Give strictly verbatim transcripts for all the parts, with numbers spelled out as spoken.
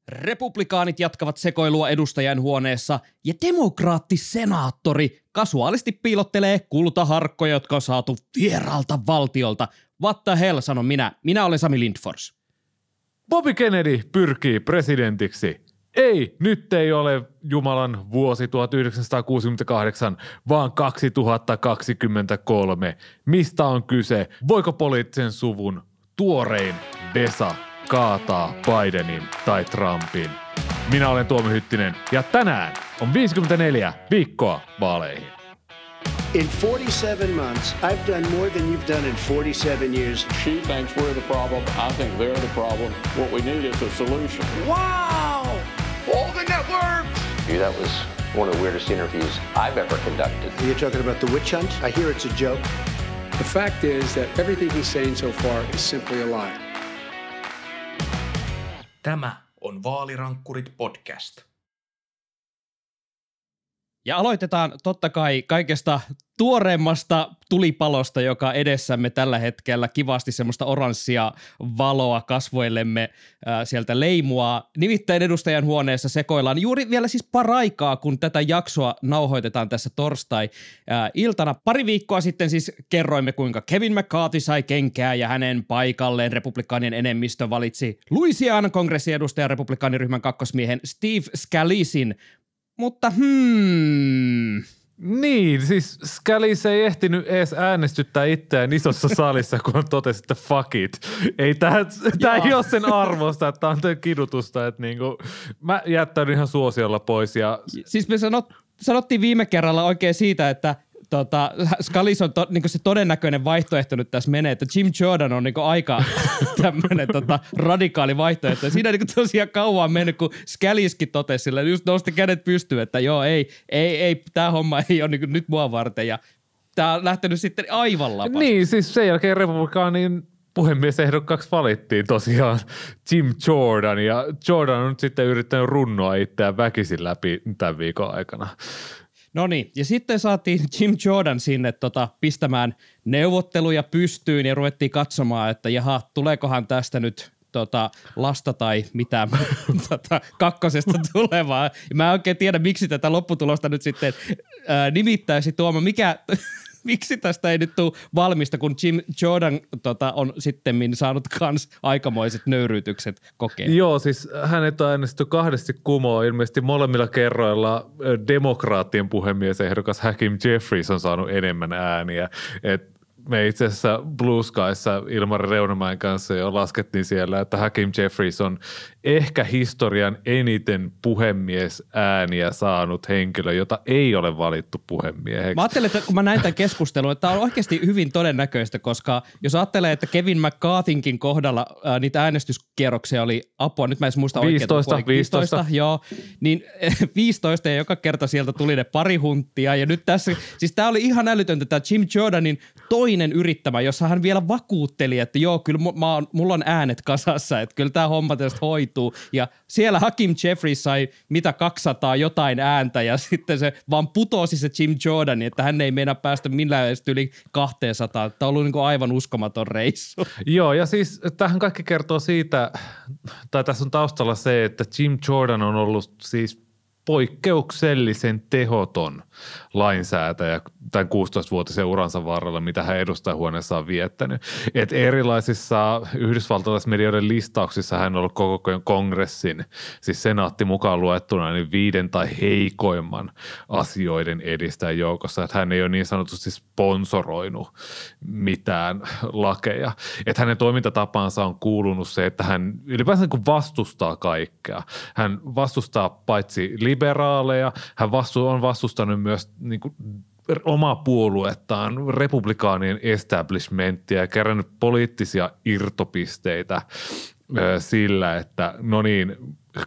Republikaanit jatkavat sekoilua edustajan huoneessa ja demokraattisenaattori kasuaalisti piilottelee kultaharkkoja, jotka on saatu vieraalta valtiolta. What the hell, sanon minä. Minä olen Sami Lindfors. Bobby Kennedy pyrkii presidentiksi. Ei, nyt ei ole Jumalan vuosi tuhatyhdeksänsataakuusikymmentäkahdeksan, vaan kaksituhattakaksikymmentäkolme. Mistä on kyse? Voiko poliittisen suvun tuorein Vesa kaataa Bidenin tai Trumpin? Minä olen Tuomo Hyttinen ja tänään on viisikymmentäneljä viikkoa vaaleihin. In forty-seven months, I've done more than you've done in forty-seven years. She thinks we're the problem. I think they're the problem. What we need is a solution. Wow! All the networks! That was one of the weirdest interviews I've ever conducted. You're talking about the witch hunt? I hear it's a joke. The fact is that everything he's saying so far is simply a lie. Tämä on Vaalirankkurit podcast. Ja aloitetaan totta kai kaikesta tuoreimmasta tulipalosta, joka edessämme tällä hetkellä kivasti semmoista oranssia valoa kasvoillemme äh, sieltä leimua. Nimittäin edustajan huoneessa sekoillaan juuri vielä siis paraikaa, kun tätä jaksoa nauhoitetaan tässä torstai-iltana. Pari viikkoa sitten siis kerroimme, kuinka Kevin McCarthy sai kenkää ja hänen paikalleen republikaanien enemmistö valitsi Louisianan kongressiedustajan republikaaniryhmän kakkosmiehen Steve Scalisein. Mutta hmm... Niin, siis Scalise ei ehtinyt edes äänestyttää itseään isossa salissa, kun totesi, että fuck it. Ei tää, tää ei ole sen arvosta, että tää on tämän kidutusta, että niinku, mä jättäydyn ihan suosiolla pois. Ja... Siis me sanot, sanottiin viime kerralla oikein siitä, että Tota, Scalise on to, niinku se todennäköinen vaihtoehto nyt tässä menee, että Jim Jordan on niinku aika tämmöinen tota, radikaali vaihtoehto. Ja siinä on niinku tosiaan kauan mennyt, kun Scalisekin totesi sillä, just nosti kädet pystyyn, että joo, ei, ei, ei tämä homma ei ole niinku nyt mua varten. Ja tämä on lähtenyt sitten aivan lapasta. Niin, siis sen jälkeen republikaanin puhemiesehdokkaaksi valittiin tosiaan Jim Jordan, ja Jordan on nyt sitten yrittänyt runnoa itseään väkisin läpi tämän viikon aikana. No niin, ja sitten saatiin Jim Jordan sinne tota, pistämään neuvotteluja pystyyn ja ruvettiin katsomaan, että jaha, tuleekohan tästä nyt tota, lasta tai mitä tota, kakkosesta tulevaa. Ja mä en oikein tiedä, miksi tätä lopputulosta nyt sitten ää, nimittäisi Tuomo. Mikä... Miksi tästä ei nyt tule valmista, kun Jim Jordan tota, on sittemmin saanut kans aikamoiset nöyryytykset kokea? Joo, siis hänet on äänestetty kahdesti kumoon. Ilmeisesti molemmilla kerroilla demokraattien puhemiesehdokas Hakeem Jeffries on saanut enemmän ääniä. Et me itse asiassa Blue Skyssa Ilmari Reunamäen kanssa jo laskettiin siellä, että Hakeem Jeffries on ehkä historian eniten puhemiesääniä saanut henkilö, jota ei ole valittu puhemieheksi. Mä ajattelen, että kun mä näin tämän keskustelun, että tämä on oikeasti hyvin todennäköistä, koska jos ajattelee, että Kevin McCarthynkin kohdalla ää, niitä äänestyskierroksia oli apua, nyt mä en muista oikein. viisitoista, viisitoista, joo, niin viisitoista ja joka kerta sieltä tuli ne pari hunttia ja nyt tässä, siis tää oli ihan älytöntä tämä Jim Jordanin toinen yrittämä, jossa hän vielä vakuutteli, että joo, kyllä mä oon, mulla on äänet kasassa, että kyllä tämä homma tästä hoituu. Ja siellä Hakeem Jeffries sai mitä kaksisataa jotain ääntä ja sitten se vaan putosi se Jim Jordan, että hän ei meinaa päästä millään edes yli kaksisataa. Tämä on ollut niin kuin aivan uskomaton reissu. Joo, ja siis tähän kaikki kertoo siitä, tai tässä on taustalla se, että Jim Jordan on ollut siis poikkeuksellisen tehoton lainsäätäjä tämän kuusitoistavuotisen uransa varrella, mitä hän edustajahuoneessa on viettänyt. Et erilaisissa yhdysvaltalaismedioiden listauksissa hän on ollut koko kongressin, siis senaatti mukaan luettuna, niin viiden tai heikoimman asioiden edistäjän joukossa. Että hän ei ole niin sanotusti sponsoroinut mitään lakeja. Että hänen toimintatapansa on kuulunut se, että hän ylipäänsä niin vastustaa kaikkea. Hän vastustaa paitsi liberaaleja, hän vastu, on vastustanut myös niin kuin omaa puoluettaan, republikaanien establishmenttia ja kerännyt poliittisia irtopisteitä ö, sillä, että no niin,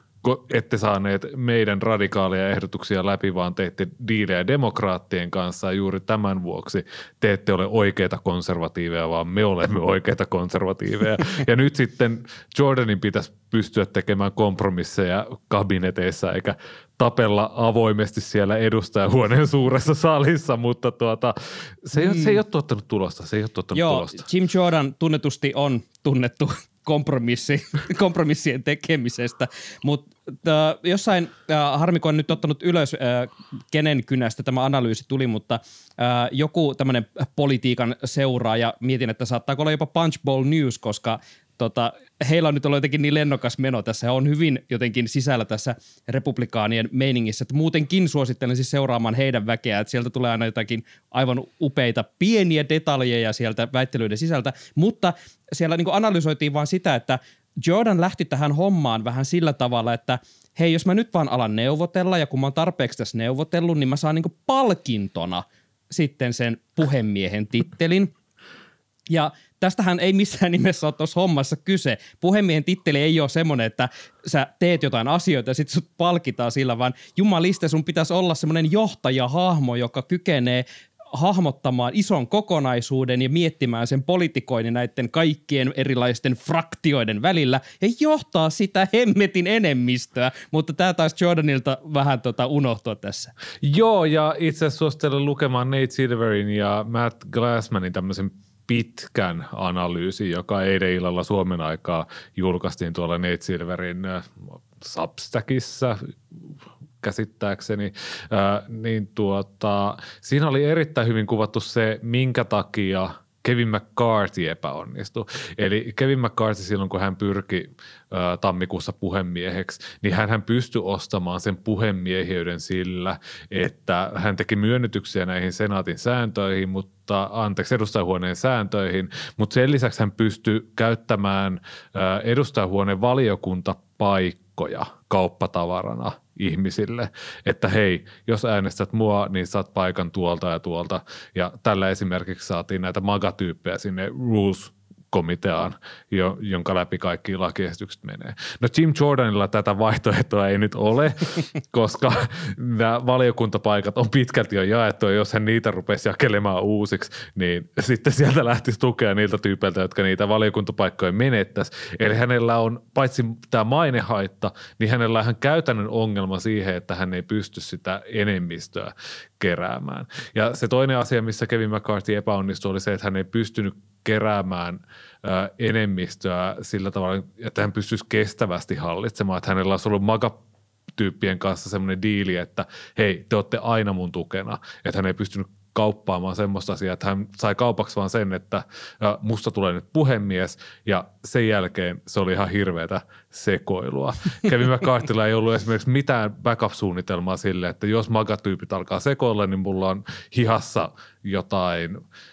ette saaneet meidän radikaaleja ehdotuksia läpi, vaan teitte diilejä demokraattien kanssa ja juuri tämän vuoksi te ette ole oikeita konservatiiveja, vaan me olemme oikeita konservatiiveja. Ja nyt sitten Jordanin pitäisi pystyä tekemään kompromisseja kabineteissa eikä tapella avoimesti siellä edustajahuoneen suuressa salissa, mutta tuota, se, ei, mm. se ei ole tuottanut tulosta. Se ei ole tuottanut Joo, tulosta. Jim Jordan tunnetusti on tunnettu kompromissi, kompromissien tekemisestä, mutta uh, jossain, uh, harmi kun on nyt ottanut ylös, uh, kenen kynästä tämä analyysi tuli, mutta uh, joku tämmöinen politiikan seuraaja, mietin, että saattaako olla jopa Punchbowl News, koska Tota, heillä on nyt ollut jotenkin niin lennokas meno tässä ja on hyvin jotenkin sisällä tässä republikaanien meiningissä, että muutenkin suosittelen siis seuraamaan heidän väkeä, että sieltä tulee aina jotakin aivan upeita pieniä detaljeja sieltä väittelyiden sisältä, mutta siellä niin kuin analysoitiin vaan sitä, että Jordan lähti tähän hommaan vähän sillä tavalla, että hei, jos mä nyt vaan alan neuvotella ja kun mä oon tarpeeksi tässä neuvotellut, niin mä saan niin kuin palkintona sitten sen puhemiehen tittelin. Ja tästähän ei missään nimessä ole tuossa hommassa kyse. Puhemiehen titteli ei ole semmoinen, että sä teet jotain asioita ja sitten sut palkitaan sillä, vaan jumaliste sun pitäisi olla semmoinen johtajahahmo, joka kykenee hahmottamaan ison kokonaisuuden ja miettimään sen politikoinnin näiden kaikkien erilaisten fraktioiden välillä ja johtaa sitä hemmetin enemmistöä, mutta tämä taisi Jordanilta vähän tota unohtua tässä. Joo, ja itse asiassa suosittelen lukemaan Nate Silverin ja Matt Glassmanin tämmöisen pitkän analyysi, joka eilen illalla Suomen aikaa julkaistiin tuolla Nate Silverin Substackissa käsittääkseni, ää, niin tuota, siinä oli erittäin hyvin kuvattu se, minkä takia Kevin McCarthy epäonnistui. Eli Kevin McCarthy silloin, kun hän pyrki ää, tammikuussa puhemieheksi, niin hän pystyi ostamaan sen puhemiehiyden sillä, että hän teki myönnytyksiä näihin senaatin sääntöihin, mutta anteeksi edustajahuoneen sääntöihin, mutta sen lisäksi hän pystyi käyttämään ää, edustajahuoneen valiokuntapaikkoja kauppatavarana ihmisille, että hei, jos äänestät mua, niin saat paikan tuolta ja tuolta. Ja tällä esimerkiksi saatiin näitä maga-tyyppejä sinne Rules-komiteaan, jo, jonka läpi kaikki lakiesitykset menee. No Jim Jordanilla tätä vaihtoehtoa ei nyt ole, koska nämä valiokuntapaikat on pitkälti jo jaettu, ja jos hän niitä rupesi jakelemaan uusiksi, niin sitten sieltä lähtisi tukea niiltä tyypeiltä, jotka niitä valiokuntapaikkoja menettäisi. Eli hänellä on paitsi tämä mainehaitta, niin hänellä on ihan käytännön ongelma siihen, että hän ei pysty sitä enemmistöä keräämään. Ja se toinen asia, missä Kevin McCarthy epäonnistui, oli se, että hän ei pystynyt keräämään ää, enemmistöä sillä tavalla, että hän pystyisi kestävästi hallitsemaan, että hänellä olisi ollut maga-tyyppien kanssa semmoinen diili, että hei, te olette aina mun tukena, että hän ei pystynyt kauppaamaan semmoista asiaa, että hän sai kaupaksi vaan sen, että musta tulee nyt puhemies ja sen jälkeen se oli ihan hirveätä sekoilua. Kevin McCarthylla ei ollut esimerkiksi mitään backup-suunnitelmaa sille, että jos maga-tyypit alkaa sekoilla, niin mulla on hihassa jotain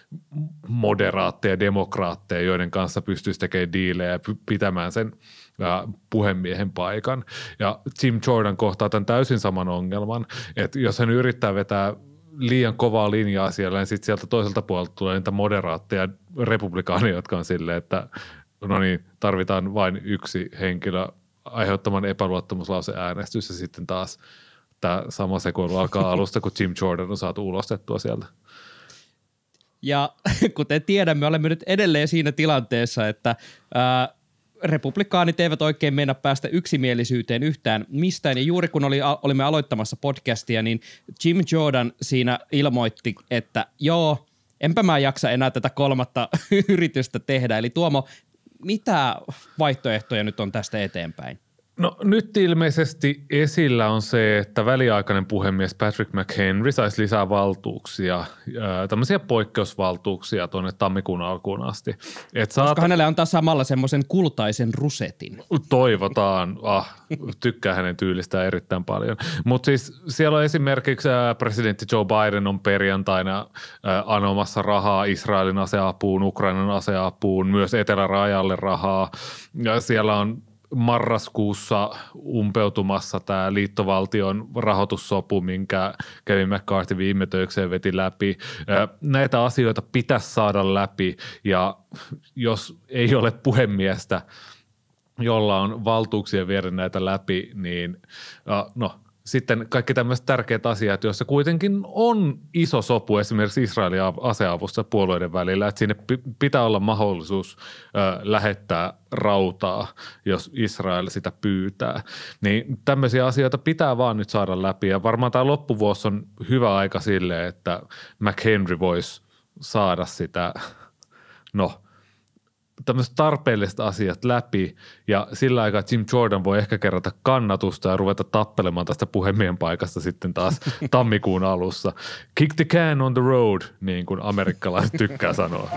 moderaatteja, demokraatteja, joiden kanssa pystyisi tekemään diilejä ja pitämään sen puhemiehen paikan. Ja Jim Jordan kohtaa tämän täysin saman ongelman, että jos hän yrittää vetää liian kovaa linjaa siellä, niin sitten sieltä toiselta puolelta tulee niitä moderaatteja republikaaneja, jotka on silleen, että no niin, tarvitaan vain yksi henkilö aiheuttaman epäluottamuslauseäänestys ja sitten taas tämä sama sekoilu alkaa alusta, kun Jim Jordan on saatu ulostettua sieltä. Ja kuten tiedämme, olemme nyt edelleen siinä tilanteessa, että ää, republikaanit eivät oikein meinaa päästä yksimielisyyteen yhtään mistään. Ja juuri kun oli, olimme aloittamassa podcastia, niin Jim Jordan siinä ilmoitti, että joo, enpä mä jaksa enää tätä kolmatta yritystä tehdä. Eli Tuomo, mitä vaihtoehtoja nyt on tästä eteenpäin? No nyt ilmeisesti esillä on se, että väliaikainen puhemies Patrick McHenry saisi lisää valtuuksia, ää, tämmöisiä poikkeusvaltuuksia tuonne tammikuun alkuun asti. Et saata... Koska hänelle antaa samalla semmoisen kultaisen rusetin. Toivotaan. Ah, tykkää hänen tyylistään erittäin paljon. Mutta siis siellä on esimerkiksi ää, presidentti Joe Biden on perjantaina ää, anomassa rahaa Israelin aseapuun, Ukrainan aseapuun, myös etelärajalle rahaa. Ja siellä on marraskuussa umpeutumassa tämä liittovaltion rahoitussopu, minkä Kevin McCarthy viime töikseen veti läpi. Näitä asioita pitäisi saada läpi ja jos ei ole puhemiestä, jolla on valtuuksia viedä näitä läpi, niin no sitten kaikki tämmöiset tärkeät asiat, joissa kuitenkin on iso sopu esimerkiksi Israelin aseavusta puolueiden välillä, että sinne pitää olla mahdollisuus ö, lähettää rautaa, jos Israel sitä pyytää. Niin tämmöisiä asioita pitää vaan nyt saada läpi ja varmaan tämä loppuvuosi on hyvä aika sille, että McHenry voisi saada sitä, no tämmöiset tarpeelliset asiat läpi ja sillä aikaa Jim Jordan voi ehkä kerätä kannatusta ja ruveta tappelemaan tästä puhemiehen paikasta sitten taas tammikuun alussa. Kick the can on the road, niin kuin amerikkalaiset tykkää sanoa.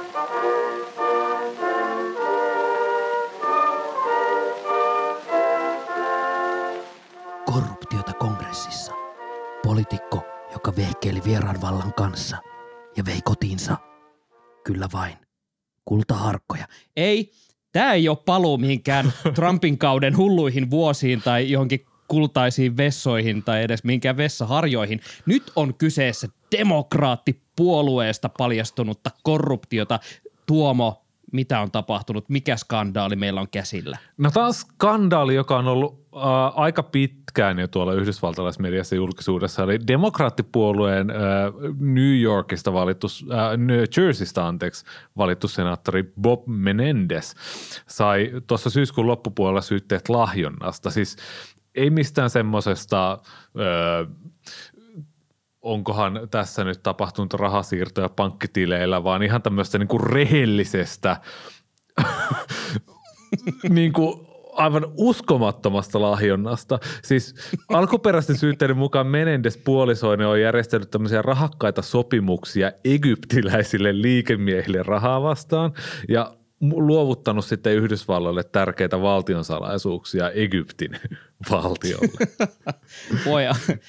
Korruptiota kongressissa. Poliitikko, joka vehkeili vieraan vallan kanssa ja vei kotiinsa. Kyllä vain. Kultaharkkoja. Ei, tämä ei ole paluu mihinkään Trumpin kauden hulluihin vuosiin tai johonkin kultaisiin vessoihin tai edes mihinkään vessaharjoihin. Nyt on kyseessä demokraattipuolueesta paljastunutta korruptiota. Tuomo, mitä on tapahtunut? Mikä skandaali meillä on käsillä? No tämä on skandaali, joka on ollut äh, aika pitkään jo tuolla yhdysvaltalaismediassa julkisuudessa. Eli demokraattipuolueen äh, New Yorkista valittu, äh, New Jerseystä anteeksi, valittu senaattori Bob Menendez sai tuossa syyskuun loppupuolella syytteet lahjonnasta. Siis ei mistään semmoisesta... Äh, onkohan tässä nyt tapahtunut rahasiirtoja pankkitileillä, vaan ihan tämmöistä niin kuin rehellisestä, niin kuin aivan uskomattomasta lahjonnasta. Siis alkuperäisten syytteiden mukaan Menendez puolisoinen on järjestänyt tämmöisiä rahakkaita sopimuksia egyptiläisille liikemiehille rahaa vastaan ja luovuttanut sitten Yhdysvalloille tärkeitä valtionsalaisuuksia Egyptin valtiolle. Voi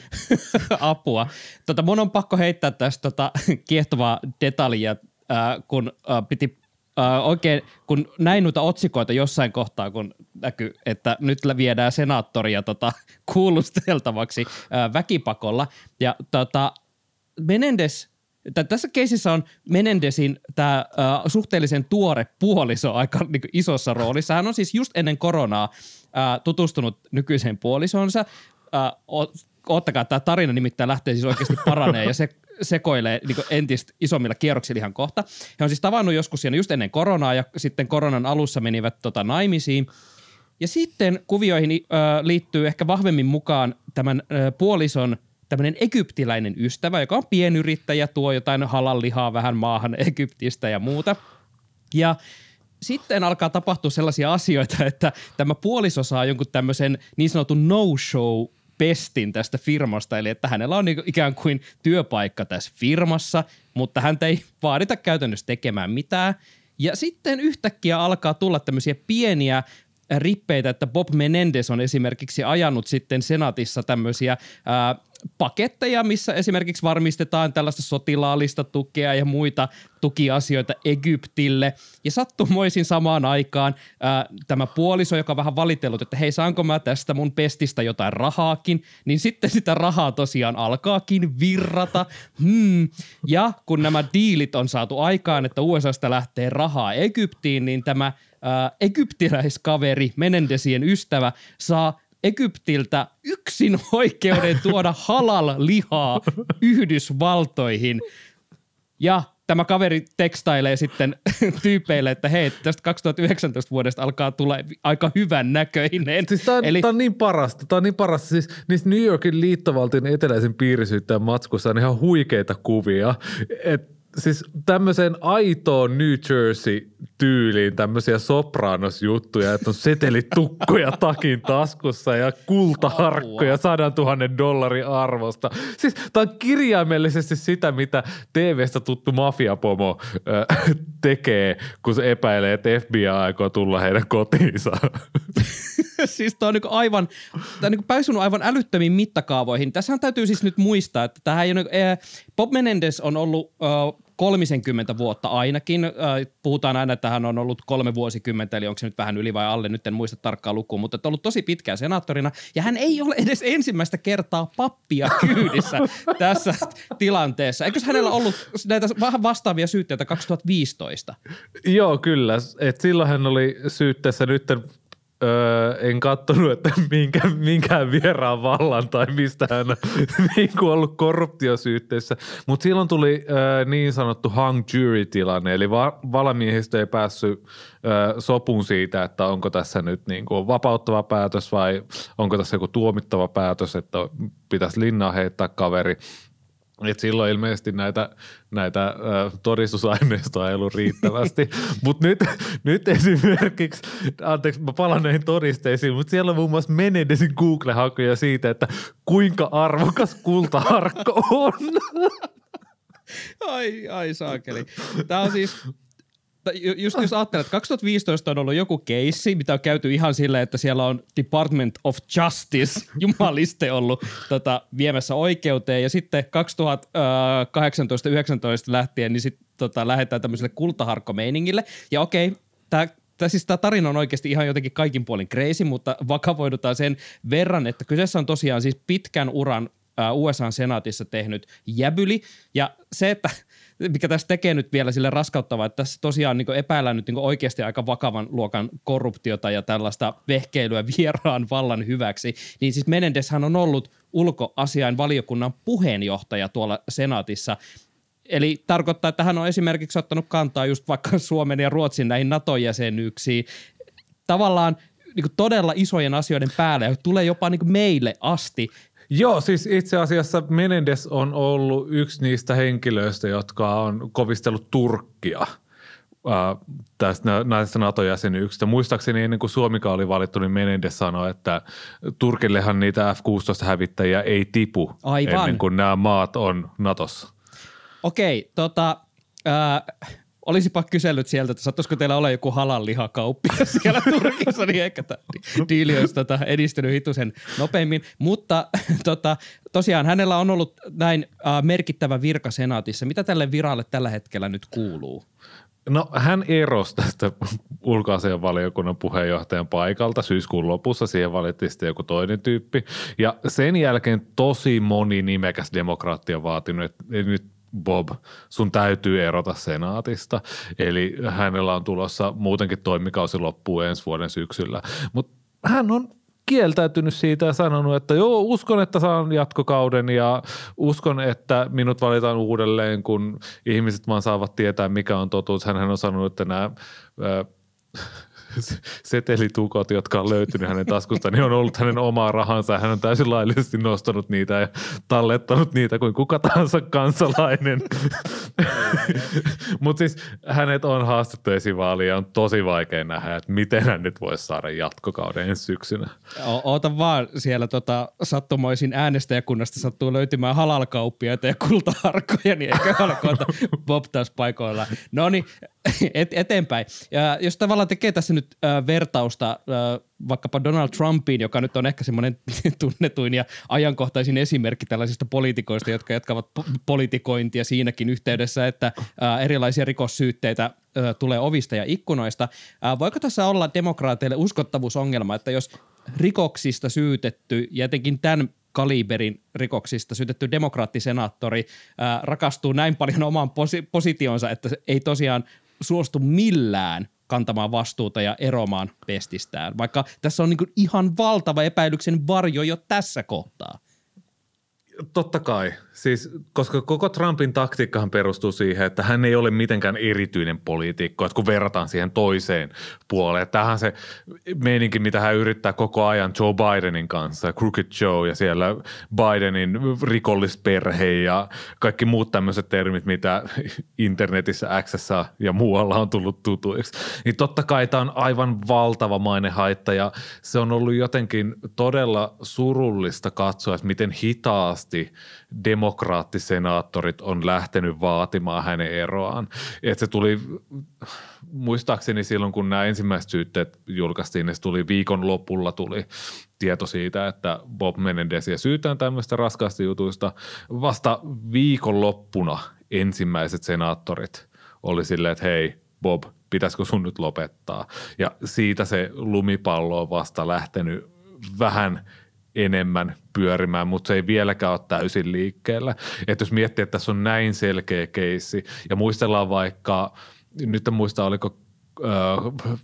apua. Tota, mun on pakko heittää tästä tota, kiehtovaa detaljia, äh, kun äh, piti äh, oikein, kun näin noita otsikoita jossain kohtaa, kun näkyy, että nyt viedään senaattoria tota, kuulusteltavaksi äh, väkipakolla. Ja tota, Menendez... Tässä keisissä on Menendezin tämä uh, suhteellisen tuore puoliso aika niin kuin isossa roolissa. Hän on siis just ennen koronaa uh, tutustunut nykyiseen puolisonsa. Uh, ottakaa, tämä tarina nimittäin lähtee siis oikeasti paranee ja se sekoilee niin kuin entistä isommilla kierroksilla ihan kohta. He on siis tavannut joskus siinä just ennen koronaa ja sitten koronan alussa menivät tota, naimisiin. Ja sitten kuvioihin uh, liittyy ehkä vahvemmin mukaan tämän uh, puolison tämmöinen egyptiläinen ystävä, joka on pienyrittäjä, tuo jotain halallihaa vähän maahan Egyptistä ja muuta. Ja sitten alkaa tapahtua sellaisia asioita, että tämä puoliso saa jonkun tämmöisen niin sanotun no-show-pestin tästä firmasta, eli että hänellä on ikään kuin työpaikka tässä firmassa, mutta häntä ei vaadita käytännössä tekemään mitään. Ja sitten yhtäkkiä alkaa tulla tämmöisiä pieniä rippeitä, että Bob Menendez on esimerkiksi ajanut sitten senaatissa tämmöisiä ää, paketteja, missä esimerkiksi varmistetaan tällaista sotilaallista tukea ja muita tukiasioita Egyptille. Ja sattumoisin samaan aikaan ää, tämä puoliso, joka on vähän valitellut, että hei, saanko mä tästä mun pestistä jotain rahaakin, niin sitten sitä rahaa tosiaan alkaakin virrata. Hmm. Ja kun nämä diilit on saatu aikaan, että U S A:sta lähtee rahaa Egyptiin, niin tämä ää, egyptiläiskaveri, Menendezien ystävä, saa Egyptiltä yksin oikeuden tuoda halal-lihaa Yhdysvaltoihin. Ja tämä kaveri tekstailee sitten tyypeille, että hei, tästä kaksituhattayhdeksäntoista vuodesta alkaa tulla aika hyvän näköinen. Siis tämä on, Eli... on niin parasta. Tämä on niin parasta. Siis niissä New Yorkin liittovaltion eteläisen piirisyyttäjän matskussa on ihan huikeita kuvia, että siis tämmöiseen aitoon New Jersey-tyyliin tämmöisiä sopranos-juttuja, että on setelitukkoja takin taskussa ja kultaharkkoja sadan tuhannen dollarin arvosta. Siis tämä on kirjaimellisesti sitä, mitä T V:stä tuttu mafiapomo äh, tekee, kun se epäilee, että F B I aikoo tulla heidän kotiinsa. Siis tämä on niin aivan, tämä on niin päisunut aivan älyttömiin mittakaavoihin. Tässähän täytyy siis nyt muistaa, että tämähän ei ole, Bob Menendez on ollut äh, kolmisenkymmentä vuotta ainakin. Äh, puhutaan aina, että hän on ollut kolme vuosikymmentä, eli onko se nyt vähän yli vai alle, nyt en muista tarkkaa lukua, mutta on ollut tosi pitkään senaattorina, ja hän ei ole edes ensimmäistä kertaa pappia kyydissä tässä tilanteessa. Eikös hänellä ollut näitä vähän vastaavia syytteitä kaksituhattaviisitoista? Joo, kyllä. Et silloin hän oli syytteessä nyt. Öö, en katsonut, että minkä, minkään vieraan vallan tai mistä hän on niin kuin ollut korruptiosyytteessä. Mutta silloin tuli öö, niin sanottu hung jury-tilanne, eli va- valamiehistö ei päässyt öö, sopuun siitä, että onko tässä nyt niin kuin vapauttava päätös vai onko tässä joku tuomittava päätös, että pitäisi linnaan heittää kaveri. Et silloin ilmeisesti näitä, näitä äh, todistusaineistoa ei ollut riittävästi, mutta nyt, nyt esimerkiksi, anteeksi mä palaan näihin todisteisiin, mutta siellä on muun muassa Menendezin Google-hakuja siitä, että kuinka arvokas kultaharkko on. Ai, ai saakeli. Tämä on siis... Just jos ajattelet, että kaksituhattaviisitoista on ollut joku keissi, mitä on käyty ihan silleen, että siellä on Department of Justice jumaliste ollut tota, viemässä oikeuteen ja sitten kaksituhattakahdeksantoista yhdeksäntoista lähtien niin sitten tota, lähdetään tämmöiselle kultaharkkomeiningille ja okei, tämä Tämä, siis tämä tarina on oikeasti ihan jotenkin kaikin puolin crazy, mutta vakavoidutaan sen verran, että kyseessä on tosiaan siis pitkän uran U S A-senaatissa tehnyt jäbyli ja se, että mikä tässä tekee nyt vielä sille raskauttavaa, että tässä tosiaan niin epäillään nyt niin oikeasti aika vakavan luokan korruptiota ja tällaista vehkeilyä vieraan vallan hyväksi, niin siis Menendezhän on ollut ulkoasiainvaliokunnan puheenjohtaja tuolla senaatissa. Eli tarkoittaa, että hän on esimerkiksi ottanut kantaa just vaikka Suomen ja Ruotsin näihin NATO-jäsenyyksiin tavallaan niin todella isojen asioiden päälle ja tulee jopa niin meille asti. Joo, siis itse asiassa Menendez on ollut yksi niistä henkilöistä, jotka on kovistellut Turkkia äh, tästä näistä NATO-jäsenyyksistä. Muistaakseni ennen kuin Suomikaan oli valittu, niin Menendez sanoi, että Turkillehan niitä F kuusitoista-hävittäjiä ei tipu Aivan. ennen kuin nämä maat on Natossa. Okei, tota... Äh, olisipa kysellyt sieltä, että sattuisiko teillä olla joku halal-lihakauppi siellä Turkissa, niin ehkä tämä diili olisi tota edistynyt hitusen nopeammin. Mutta tota, tosiaan hänellä on ollut näin äh, merkittävä virka senaatissa. Mitä tälle viralle tällä hetkellä nyt kuuluu? No hän erosi tästä ulkoasiainvaliokunnan puheenjohtajan paikalta syyskuun lopussa. Siihen valittiin sitten joku toinen tyyppi. Ja sen jälkeen tosi moni nimekäs demokraatti on vaatinut, että nyt Bob, sun täytyy erota senaatista, eli hänellä on tulossa muutenkin toimikausi loppuu ensi vuoden syksyllä, mutta hän on kieltäytynyt siitä ja sanonut, että joo, uskon, että saan jatkokauden ja uskon, että minut valitaan uudelleen, kun ihmiset vaan saavat tietää, mikä on totuus. Hän on sanonut, että nämä Äh, setelitukot, jotka on löytynyt hänen taskusta, niin on ollut hänen omaa rahansa. Hän on täysin laillisesti nostanut niitä ja tallettanut niitä kuin kuka tahansa kansalainen. Mutta siis hänet on haastettu esivaaliin ja on tosi vaikea nähdä, että miten hän nyt voisi saada jatkokauden ensi syksynä. O- oota vaan siellä tota, sattumoisin äänestäjäkunnasta sattuu löytymään halalkauppiaita ja kultaharkkoja, niin eikä ole kohta Bob taas paikoillaan. No niin, et, eteenpäin. Ja jos tavallaan tekee tässä nyt äh, vertausta äh, vaikkapa Donald Trumpiin, joka nyt on ehkä semmoinen tunnetuin ja ajankohtaisin esimerkki tällaisista poliitikoista, jotka jatkavat po- politikointia siinäkin yhteydessä, että äh, erilaisia rikossyytteitä äh, tulee ovista ja ikkunoista. Äh, voiko tässä olla demokraateille uskottavuusongelma, että jos rikoksista syytetty ja etenkin tämän kaliberin rikoksista syytetty demokraattisenaattori ää, rakastuu näin paljon omaan posi- positionsa, että ei tosiaan suostu millään kantamaan vastuuta ja eromaan pestistään, vaikka tässä on niin kuin ihan valtava epäilyksen varjo jo tässä kohtaa. Totta kai, siis koska koko Trumpin taktiikkahan perustuu siihen, että hän ei ole mitenkään erityinen poliitikko, että kun verrataan siihen toiseen puoleen. Tämähän se meininki, mitä hän yrittää koko ajan Joe Bidenin kanssa, Crooked Joe ja siellä Bidenin rikollisperhe ja kaikki muut tämmöiset termit, mitä internetissä X:ssä ja muualla on tullut tutuiksi. Niin totta kai tämä on aivan valtava mainehaitta ja se on ollut jotenkin todella surullista katsoa, että miten hitaasti demokraattisenaattorit on lähtenyt vaatimaan hänen eroaan. Että se tuli, muistaakseni silloin kun nämä ensimmäiset syytteet julkaistiin, niin se tuli viikon lopulla tuli tieto siitä, että Bob Menendezia syytään tämmöistä raskaasta jutuista. Vasta viikon loppuna ensimmäiset senaattorit oli silleen, että hei Bob, pitäisikö sun nyt lopettaa? Ja siitä se lumipallo on vasta lähtenyt vähän enemmän pyörimään, mutta se ei vieläkään ole täysin liikkeellä. Että jos miettii, että tässä on näin selkeä keissi ja muistellaan vaikka, nyt en muista oliko äh,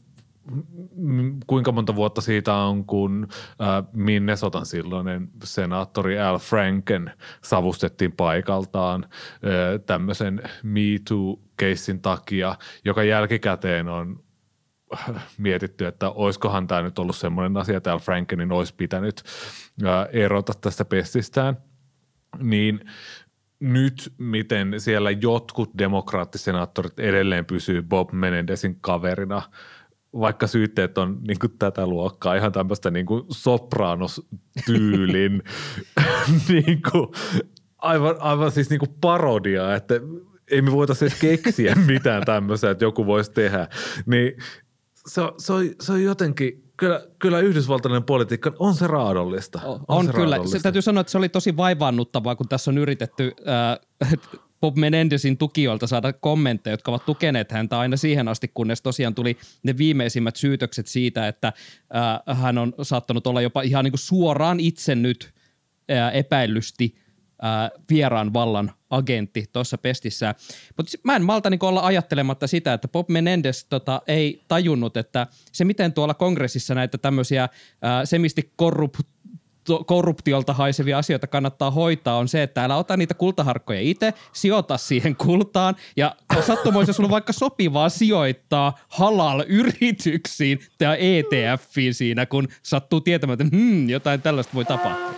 kuinka monta vuotta siitä on, kun äh, Minnesotan silloinen senaattori Al Franken savustettiin paikaltaan äh, tämmöisen Me Too-keissin takia, joka jälkikäteen on mietitty, että olisikohan tämä nyt ollut semmoinen asia, että Al Frankenin olisi pitänyt ää, erota tästä pestistään, niin nyt, miten siellä jotkut demokraattisenaattorit edelleen pysyy Bob Menendezin kaverina, vaikka syytteet on niin kuin tätä luokkaa, ihan tämmöistä niin kuin Sopranos-tyylin niin kuin, aivan, aivan siis niin kuin parodia, että ei me voitaisiin edes keksiä mitään tämmöistä, että joku voisi tehdä, niin se on, se on, se on jotenkin, kyllä, kyllä yhdysvaltainen politiikka on se raadollista. On, on se kyllä. raadollista. Se täytyy sanoa, että se oli tosi vaivaannuttavaa, kun tässä on yritetty äh, Bob Menendezin tukijoilta saada kommentteja, jotka ovat tukeneet häntä aina siihen asti, kunnes tosiaan tuli ne viimeisimmät syytökset siitä, että äh, hän on saattanut olla jopa ihan niin kuin suoraan itse nyt äh, epäillysti äh, vieraan vallan agentti tuossa pestissä. Mutta mä en malta niin olla ajattelematta sitä, että Bob Menendez tota, ei tajunnut, että se miten tuolla kongressissa näitä tämmöisiä äh, semisti korrupt korruptiolta haisevia asioita kannattaa hoitaa, on se, että älä ota niitä kultaharkkoja itse, sijoita siihen kultaan ja sattumoissa sulla vaikka sopivaa sijoittaa halal-yrityksiin tai E T F:iin siinä, kun sattuu tietämään, että hmm, jotain tällaista voi tapahtua.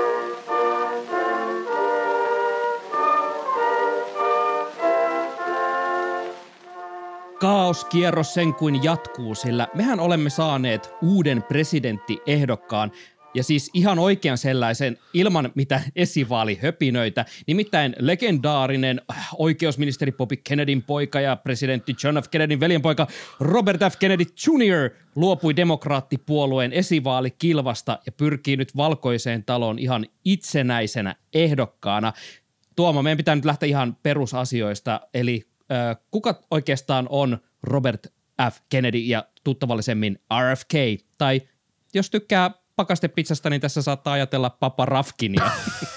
Kaoskierros sen kuin jatkuu, sillä mehän olemme saaneet uuden presidenttiehdokkaan, ja siis ihan oikean sellaisen ilman mitä esivaalihöpinöitä, nimittäin legendaarinen oikeusministeri Bobby Kennedyn poika ja presidentti John F. Kennedyn veljenpoika Robert F. Kennedy junior luopui demokraattipuolueen esivaalikilvasta ja pyrkii nyt valkoiseen taloon ihan itsenäisenä ehdokkaana. Tuomo, meidän pitää nyt lähteä ihan perusasioista, eli äh, kuka oikeastaan on Robert F. Kennedy ja tuttavallisemmin R F K, tai jos tykkää pakastepizzasta, niin tässä saattaa ajatella Papa Rafkinia.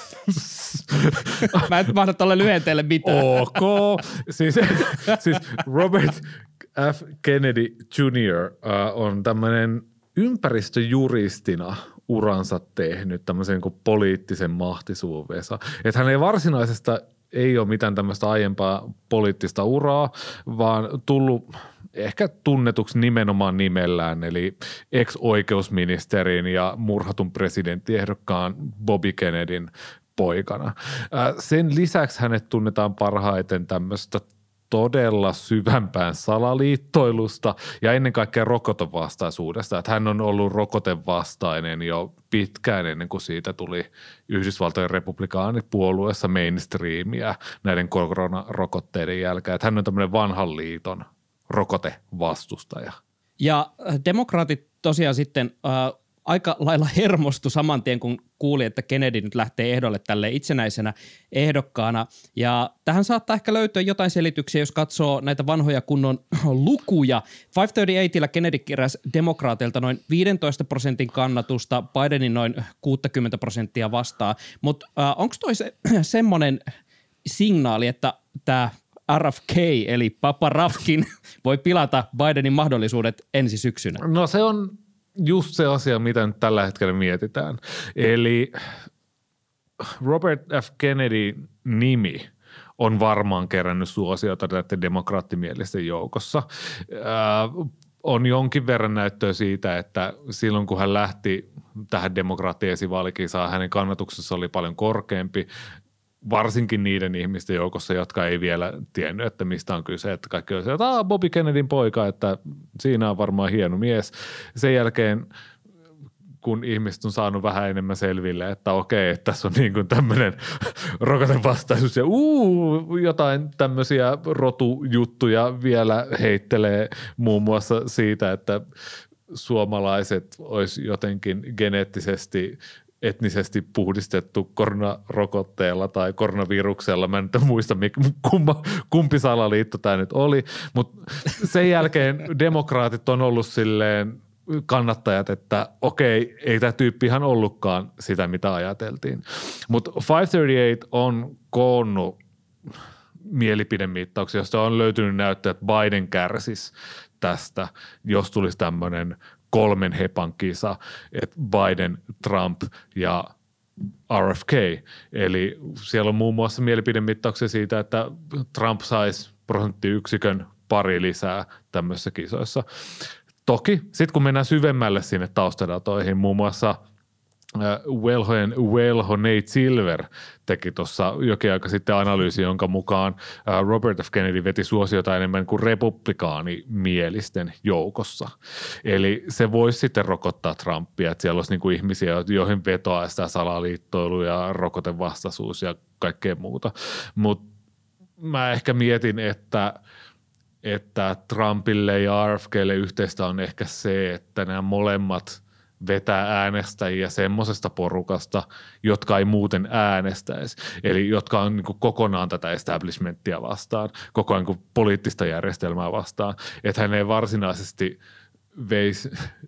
Mä en mahda tuolle lyhenteelle mitään. Ok. Siis, siis Robert F. Kennedy junior Uh, on tämmöinen ympäristöjuristina uransa tehnyt tämmöisen kuin poliittisen mahtisuuvesa. Että hän ei varsinaisesta ei ole mitään tämmöistä aiempaa poliittista uraa, vaan tullut ehkä tunnetuksi nimenomaan nimellään, eli ex-oikeusministerin ja murhatun presidenttiehdokkaan Bobby Kennedyn poikana. Sen lisäksi hänet tunnetaan parhaiten tämmöistä todella syvämpään salaliittoilusta ja ennen kaikkea rokotevastaisuudesta. Että hän on ollut rokotevastainen jo pitkään ennen kuin siitä tuli Yhdysvaltojen republikaanipuolueessa mainstreamia näiden koronarokotteiden jälkeen. Että hän on tämmöinen vanhan liiton rokotevastustaja. Ja demokraatit tosiaan sitten äh, aika lailla hermostu saman tien, kun kuuli, että Kennedy nyt lähtee ehdolle tälle itsenäisenä ehdokkaana. Ja tähän saattaa ehkä löytyä jotain selityksiä, jos katsoo näitä vanhoja kunnon lukuja. viisisataakolmekymmentäkahdeksan Kennedy keräsi demokraateilta noin viisitoista prosentin kannatusta, Bidenin noin kuusikymmentä prosenttia vastaan. Mutta äh, onko toi se, semmoinen signaali, että tämä R F K eli Papa Rafkin voi pilata Bidenin mahdollisuudet ensi syksynä? No se on just se asia, mitä nyt tällä hetkellä mietitään. Eli Robert F. Kennedy nimi on varmaan kerännyt suosiota näiden demokraattimielisten joukossa. Äh, on jonkin verran näyttöä siitä, että silloin kun hän lähti tähän demokraattiesivaalikisaan, hänen kannatuksensa oli paljon korkeampi, varsinkin niiden ihmisten joukossa, jotka ei vielä tiennyt, että mistä on kyse. Että kaikki on se, että Aa, Bobby Kennedyn poika, että siinä on varmaan hieno mies. Sen jälkeen, kun ihmiset on saanut vähän enemmän selville, että okei, että tässä on niin kuin tämmöinen rokotevastaisuus ja uu, jotain tämmöisiä rotujuttuja vielä heittelee muun muassa siitä, että suomalaiset olisi jotenkin geneettisesti etnisesti puhdistettu koronarokotteella tai koronaviruksella. Mä en nyt muista, kumma, kumpi salaliitto tämä nyt oli, mutta sen jälkeen demokraatit on ollut silleen kannattajat, että okei, ei tämä tyyppi ihan ollutkaan sitä, mitä ajateltiin. Mutta viisisataakolmekymmentäkahdeksan on koonnut mielipidemittauksia, josta on löytynyt näyttää, että Biden kärsisi tästä, jos tulisi tämmöinen kolmen hepan kisa, että Biden, Trump ja R F K. Eli siellä on muun muassa mielipidemittauksia siitä, että Trump saisi prosenttiyksikön pari lisää tämmöisissä kisoissa. Toki sitten kun mennään syvemmälle sinne taustadatoihin, muun muassa Velhojen velho Nate Silver teki tuossa jokin aika sitten analyysi, jonka mukaan Robert F. Kennedy veti suosiota enemmän kuin republikaanimielisten joukossa. Eli se voisi sitten rokottaa Trumpia, että siellä olisi niin kuin ihmisiä, joihin vetoaa sitä salaliittoilu ja rokotevastaisuus ja kaikkea muuta. Mutta mä ehkä mietin, että että Trumpille ja R F K:lle yhteistä on ehkä se, että nämä molemmat vetää äänestäjiä semmoisesta porukasta, jotka ei muuten äänestäisi. Eli jotka on niin kuin kokonaan tätä establishmenttia vastaan, koko ajan niin poliittista järjestelmää vastaan. Että hän ei varsinaisesti veisi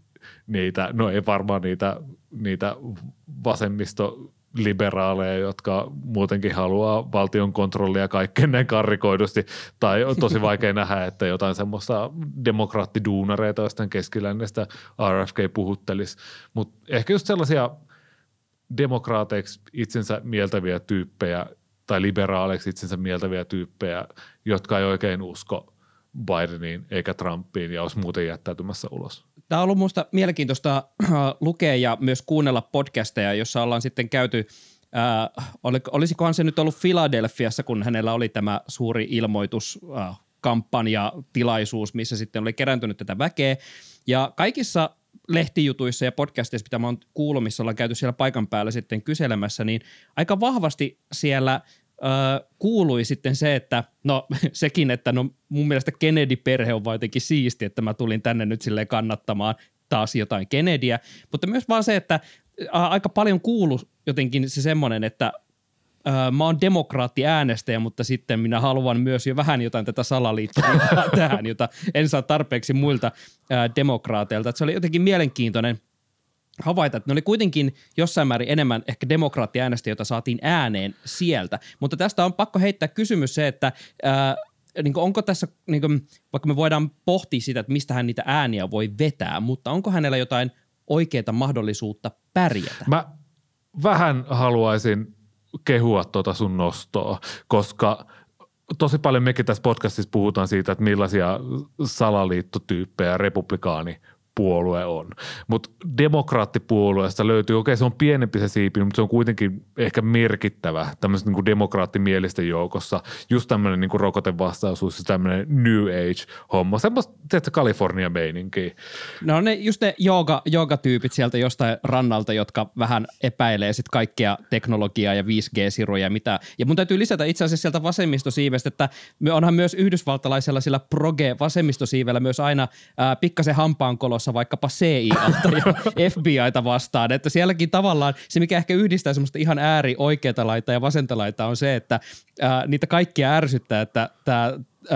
niitä, no ei varmaan niitä, niitä vasemmisto liberaaleja, jotka muutenkin haluaa valtion kontrollia kaikkeen näin karrikoidusti, tai on tosi vaikea nähdä, että jotain semmoista demokraattiduunareita jostain keskilännestä R F K puhuttelisi, mutta ehkä just sellaisia demokraateiksi itsensä mieltäviä tyyppejä tai liberaaleiksi itsensä mieltäviä tyyppejä, jotka ei oikein usko Bideniin eikä Trumpiin ja olisi muuten jättäytymässä ulos. Tämä on ollut minusta mielenkiintoista lukea ja myös kuunnella podcasteja, jossa ollaan sitten käyty, äh, olisikohan se nyt ollut Philadelphiassa, kun hänellä oli tämä suuri ilmoituskampanja, äh, tilaisuus, missä sitten oli kerääntynyt tätä väkeä. Ja kaikissa lehtijutuissa ja podcasteissa, mitä mä oon kuullut, missä ollaan käyty siellä paikan päällä sitten kyselemässä, niin aika vahvasti siellä Öö, kuului sitten se, että no sekin, että no mun mielestä Kennedy-perhe on vaan jotenkin siisti, että mä tulin tänne nyt silleen kannattamaan taas jotain Kennedyä, mutta myös vaan se, että ää, aika paljon kuului jotenkin se semmoinen, että ää, mä oon demokraatti-äänestäjä, mutta sitten minä haluan myös jo vähän jotain tätä salaliittoa tähän, jota en saa tarpeeksi muilta ää, demokraateilta. Että se oli jotenkin mielenkiintoinen havaita, että ne oli kuitenkin jossain määrin enemmän ehkä demokraattiäänestäjiä, joita saatiin ääneen sieltä. Mutta tästä on pakko heittää kysymys se, että ää, niin onko tässä, niin kuin, vaikka me voidaan pohtia sitä, että mistä hän niitä ääniä voi vetää, mutta onko hänellä jotain oikeaa mahdollisuutta pärjätä? Mä vähän haluaisin kehua tuota sun nostoa, koska tosi paljon mekin tässä podcastissa puhutaan siitä, että millaisia salaliittotyyppejä republikaani puolue on. Mutta demokraattipuolueesta löytyy, okei se on pienempi se siipi, mutta se on kuitenkin ehkä merkittävä tämmöisen niin kuin demokraattimielisten joukossa. Just tämmöinen niin kuin rokotevastaisuus ja tämmöinen New Age-homma. Semmoista, tiedätkö, Kalifornia-meininkiä. No ne just ne jooga, joogatyypit sieltä jostain rannalta, jotka vähän epäilee sit kaikkea teknologiaa ja viisi G-siruja ja mitä. Ja mun täytyy lisätä itse asiassa sieltä vasemmistosiivestä, että me onhan myös yhdysvaltalaisella sillä proge-vasemmistosiivellä myös aina ää, pikkasen hampaankolossa vaikkapa C I A:ta ja F B I:ta vastaan, että sielläkin tavallaan se, mikä ehkä yhdistää semmoista ihan ääri oikeata laitaa ja vasenta laitaa on se, että ää, niitä kaikkia ärsyttää, että tämä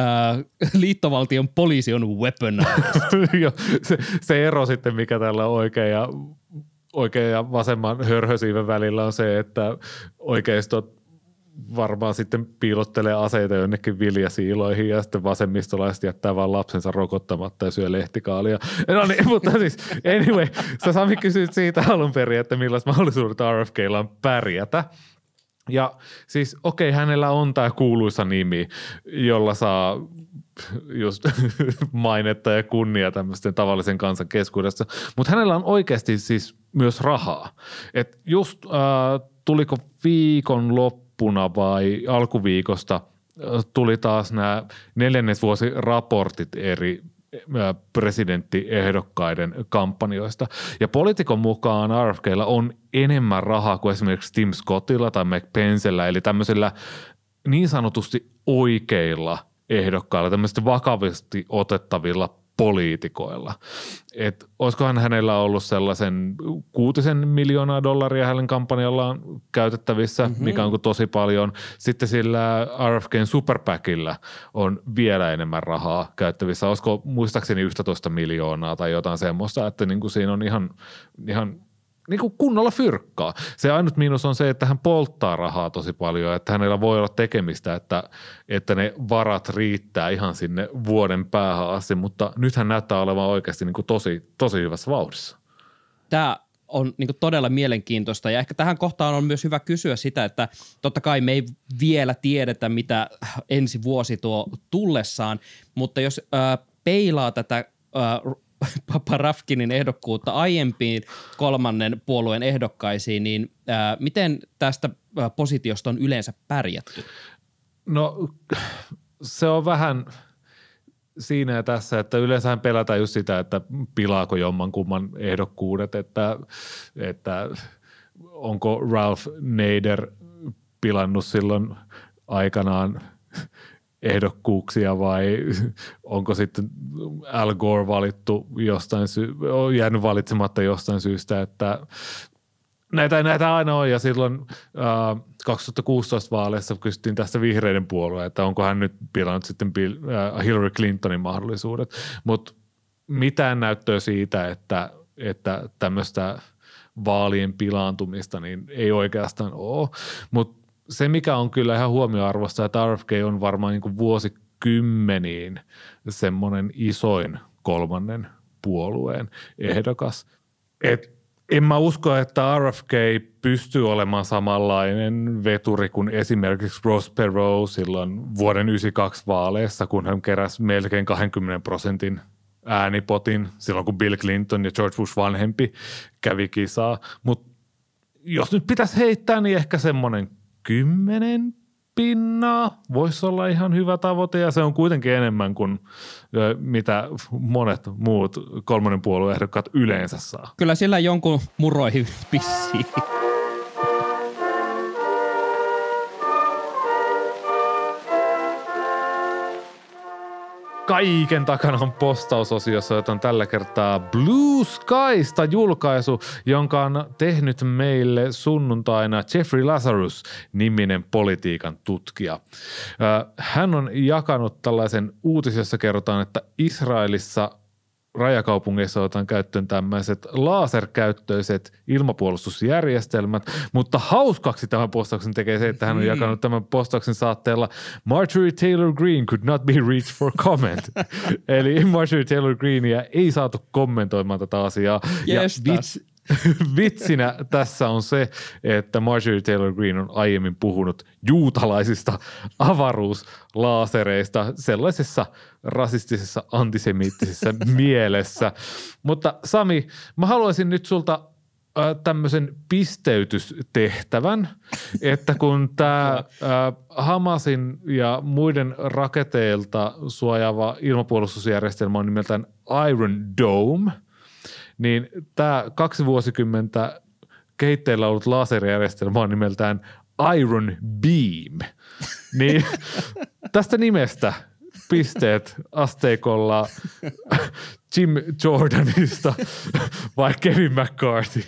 liittovaltion poliisi on weaponized. se, se ero sitten, mikä tällä oikein ja, oikein ja vasemman hörhösiiven välillä on se, että oikeistot varmaan sitten piilottelee aseita jonnekin viljasiiloihin ja sitten vasemmistolaiset jättää vaan lapsensa rokottamatta ja syö lehtikaalia. No niin, mutta siis anyway, sä Sami kysyit siitä alun perin, että millaiset mahdollisuudet R F K:lla on pärjätä. Ja siis okei, okay, hänellä on tämä kuuluisa nimi, jolla saa just mainetta ja kunnia tämmöisten tavallisen kansan keskuudessa, mutta hänellä on oikeasti siis myös rahaa. Et just äh, tuliko viikon loppu vai alkuviikosta tuli taas nämä neljännesvuosiraportit eri presidenttiehdokkaiden kampanjoista. Ja poliitikon mukaan R F K:llä on enemmän rahaa kuin esimerkiksi Tim Scottilla tai Mike Pencellä, eli tämmöisillä niin sanotusti oikeilla ehdokkailla, tämmöistä vakavasti otettavilla poliitikoilla. Että olisikohan hänellä ollut sellaisen kuutisen miljoonaa dollaria hänen kampanjallaan käytettävissä, mm-hmm. mikä on tosi paljon. Sitten sillä R F K:n superpäkillä on vielä enemmän rahaa käyttävissä. Olisiko muistaakseni yksitoista miljoonaa tai jotain semmoista, että niin kuin siinä on ihan, ihan niin kuin kunnolla fyrkkaa. Se ainut miinus on se, että hän polttaa rahaa tosi paljon, että hänellä voi olla tekemistä, että, että ne varat riittää ihan sinne vuoden päähän asti, mutta nythän näyttää olevan oikeasti niin kuin tosi, tosi hyvässä vauhdissa. Tämä on niin kuin todella mielenkiintoista ja ehkä tähän kohtaan on myös hyvä kysyä sitä, että totta kai me ei vielä tiedetä, mitä ensi vuosi tuo tullessaan, mutta jos äh, peilaa tätä äh, Parafkinin ehdokkuutta aiempiin kolmannen puolueen ehdokkaisiin, niin ää, miten tästä positiosta on yleensä pärjätty? No se on vähän siinä ja tässä, että yleensähän pelätään just sitä, että pilaako jommankumman ehdokkuudet, että, että onko Ralph Nader pilannut silloin aikanaan ehdokkuuksia vai onko sitten Al Gore valittu jostain sy- on jäänyt valitsematta jostain syystä, että näitä, näitä aina on ja silloin äh, kaksituhattakuusitoista vaaleissa kysyttiin tästä vihreiden puolueen, että onko hän nyt pilannut sitten Bill, äh, Hillary Clintonin mahdollisuudet, mutta mitään näyttöä siitä, että, että tämmöistä vaalien pilaantumista niin ei oikeastaan ole, mutta se, mikä on kyllä ihan huomioarvosta, että R F K on varmaan niin kuin vuosikymmeniin semmoinen isoin kolmannen puolueen ehdokas. Et en mä usko, että R F K pystyy olemaan samanlainen veturi kuin esimerkiksi Ross Perot silloin vuoden yhdeksänkymmentäkaksi vaaleissa, kun hän keräsi melkein kaksikymmentä prosentin äänipotin silloin, kun Bill Clinton ja George Bush vanhempi kävi kisaa. Mutta jos nyt pitäisi heittää, niin ehkä semmoinen kymmenen pinnaa voisi olla ihan hyvä tavoite ja se on kuitenkin enemmän kuin mitä monet muut kolmannen puolueen ehdokkaat yleensä saa. Kyllä sillä jonkun muroihin pissii. Kaiken takana on postausosiossa, jota on tällä kertaa Blue Skysta julkaisu, jonka on tehnyt meille sunnuntaina Jeffrey Lazarus-niminen politiikan tutkija. Hän on jakanut tällaisen uutisen, jossa kerrotaan, että Israelissa rajakaupungeissa otetaan käyttöön tämmöiset laserkäyttöiset ilmapuolustusjärjestelmät, mutta hauskaksi tämän postauksen tekee se, että hän on jakanut tämän postauksen saatteella Marjorie Taylor Greene could not be reached for comment. Eli Marjorie Taylor Greeneä ei saatu kommentoimaan tätä asiaa. Yes, ja vits, vitsinä tässä on se, että Marjorie Taylor Greene on aiemmin puhunut juutalaisista avaruuslaasereista sellaisessa rasistisessa antisemiittisessä mielessä. Mutta Sami, mä haluaisin nyt sulta äh, tämmöisen pisteytystehtävän, että kun tämä äh, Hamasin ja muiden raketeilta suojaava ilmapuolustusjärjestelmä on nimeltään Iron Dome, niin tämä kaksi vuosikymmentä kehitteillä ollut laserijärjestelmä on nimeltään Iron Beam. Niin tästä nimestä pisteet asteikolla Jim Jordanista vai Kevin McCarthy?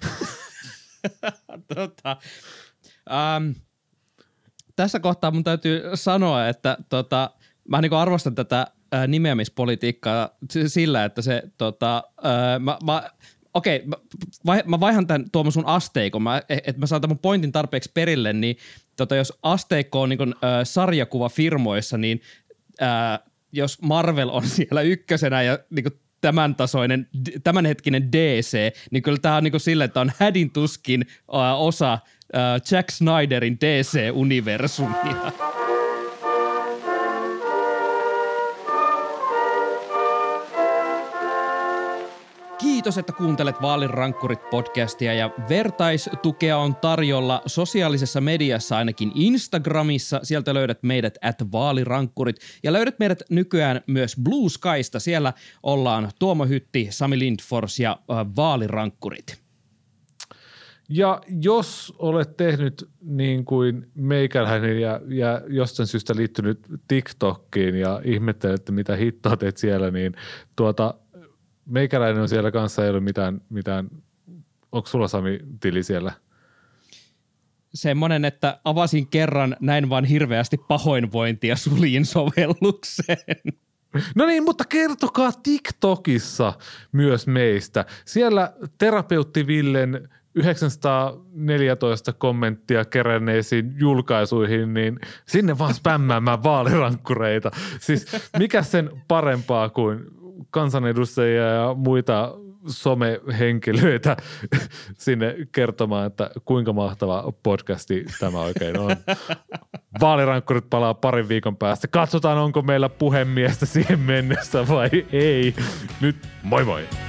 tota, um, tässä kohtaa mun täytyy sanoa, että tota, mä niin arvostan tätä ää, nimeämispolitiikkaa sillä, että se tota, ää, mä, mä okei, mä, vai, mä vaihan tämän Tuomo sun asteikon, mä, että mä saan tämän mun pointin tarpeeksi perille, niin tota, jos asteikko on niin kuin, ää, sarjakuva firmoissa, niin ää, jos Marvel on siellä ykkösenä ja niin kuin tämän tasoinen, tämänhetkinen D C, niin kyllä tämä on niin kuin silleen, että on hädin tuskin ää, osa ää, Jack Snyderin D C-universumia. Kiitos, että kuuntelet Vaalirankkurit-podcastia ja vertaistukea on tarjolla sosiaalisessa mediassa, ainakin Instagramissa. Sieltä löydät meidät at vaalirankkurit ja löydät meidät nykyään myös Blue Skysta. Siellä ollaan Tuomo Hytti, Sami Lindfors ja äh, Vaalirankkurit. Ja jos olet tehnyt niin kuin meikäläinen ja, ja jostain syystä liittynyt TikTokkiin ja ihmettelet, että mitä hittoa teet siellä, niin tuota meikäläinen on siellä kanssa, ei ole mitään, mitään onko sulla Sami tili siellä? Semmoinen, että avasin kerran näin vaan hirveästi pahoinvointia suljin sovellukseen. No niin, mutta kertokaa TikTokissa myös meistä. Siellä terapeutti Villen yhdeksänsataaneljätoista kommenttia keränneisiin julkaisuihin, niin sinne vaan spämmäämään vaalirankkureita. Siis mikä sen parempaa kuin kansanedustajia ja muita somehenkilöitä sinne kertomaan, että kuinka mahtava podcasti tämä oikein on. Vaalirankkurit palaa parin viikon päästä. Katsotaan, onko meillä puhemiestä siihen mennessä vai ei. Nyt moi moi!